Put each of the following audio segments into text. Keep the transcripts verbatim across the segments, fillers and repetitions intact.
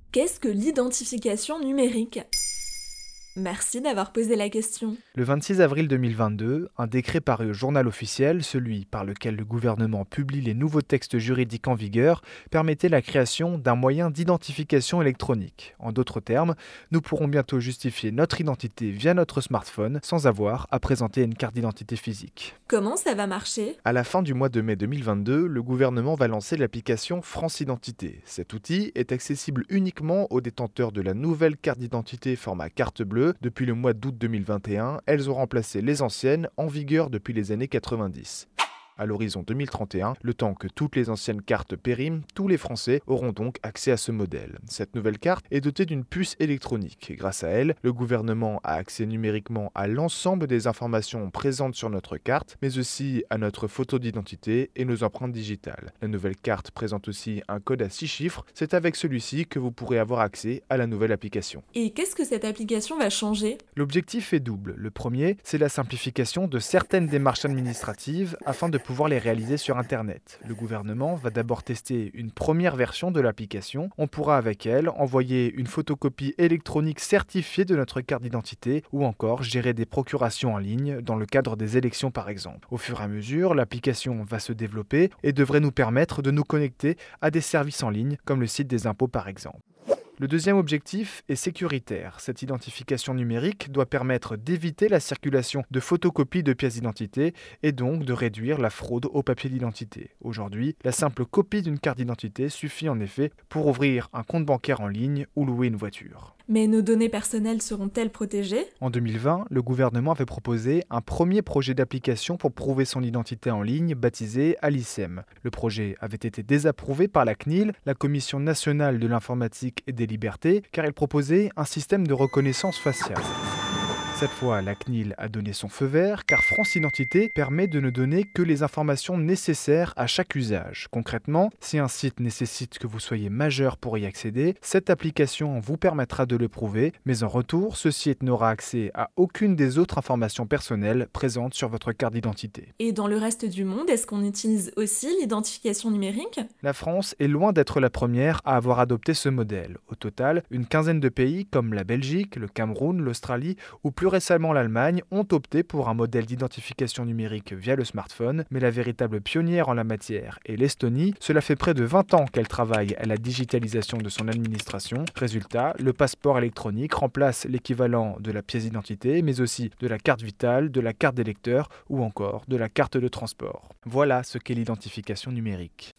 Qu'est-ce que l'identification numérique ? Merci d'avoir posé la question. Le vingt-six avril deux mille vingt-deux, un décret paru au journal officiel, celui par lequel le gouvernement publie les nouveaux textes juridiques en vigueur, permettait la création d'un moyen d'identification électronique. En d'autres termes, nous pourrons bientôt justifier notre identité via notre smartphone sans avoir à présenter une carte d'identité physique. Comment ça va marcher ? À la fin du mois de mai deux mille vingt-deux, le gouvernement va lancer l'application France Identité. Cet outil est accessible uniquement aux détenteurs de la nouvelle carte d'identité format carte bleue. Depuis le mois d'août deux mille vingt et un, elles ont remplacé les anciennes en vigueur depuis les années quatre-vingt-dix. À l'horizon deux mille trente et un, le temps que toutes les anciennes cartes périment, tous les Français auront donc accès à ce modèle. Cette nouvelle carte est dotée d'une puce électronique. Grâce à elle, le gouvernement a accès numériquement à l'ensemble des informations présentes sur notre carte, mais aussi à notre photo d'identité et nos empreintes digitales. La nouvelle carte présente aussi un code à six chiffres. C'est avec celui-ci que vous pourrez avoir accès à la nouvelle application. Et qu'est-ce que cette application va changer ? L'objectif est double. Le premier, c'est la simplification de certaines démarches administratives afin de pouvoir les réaliser sur Internet. Le gouvernement va d'abord tester une première version de l'application. On pourra avec elle envoyer une photocopie électronique certifiée de notre carte d'identité ou encore gérer des procurations en ligne dans le cadre des élections par exemple. Au fur et à mesure, l'application va se développer et devrait nous permettre de nous connecter à des services en ligne comme le site des impôts par exemple. Le deuxième objectif est sécuritaire. Cette identification numérique doit permettre d'éviter la circulation de photocopies de pièces d'identité et donc de réduire la fraude au papier d'identité. Aujourd'hui, la simple copie d'une carte d'identité suffit en effet pour ouvrir un compte bancaire en ligne ou louer une voiture. Mais nos données personnelles seront-elles protégées ? En deux mille vingt, le gouvernement avait proposé un premier projet d'application pour prouver son identité en ligne, baptisé Alicem. Le projet avait été désapprouvé par la C N I L, la Commission nationale de l'informatique et des libertés, car il proposait un système de reconnaissance faciale. Cette fois, la C N I L a donné son feu vert car France Identité permet de ne donner que les informations nécessaires à chaque usage. Concrètement, si un site nécessite que vous soyez majeur pour y accéder, cette application vous permettra de le prouver, mais en retour, ce site n'aura accès à aucune des autres informations personnelles présentes sur votre carte d'identité. Et dans le reste du monde, est-ce qu'on utilise aussi l'identification numérique ? La France est loin d'être la première à avoir adopté ce modèle. Au total, une quinzaine de pays comme la Belgique, le Cameroun, l'Australie ou plus récemment l'Allemagne ont opté pour un modèle d'identification numérique via le smartphone, mais la véritable pionnière en la matière est l'Estonie. Cela fait près de vingt ans qu'elle travaille à la digitalisation de son administration. Résultat, le passeport électronique remplace l'équivalent de la pièce d'identité, mais aussi de la carte vitale, de la carte d'électeur ou encore de la carte de transport. Voilà ce qu'est l'identification numérique.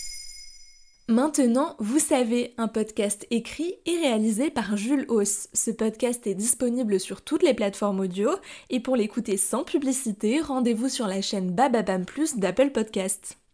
Maintenant, vous savez, un podcast écrit et réalisé par Jules Hauss. Ce podcast est disponible sur toutes les plateformes audio et pour l'écouter sans publicité, rendez-vous sur la chaîne Bababam Plus d'Apple Podcasts.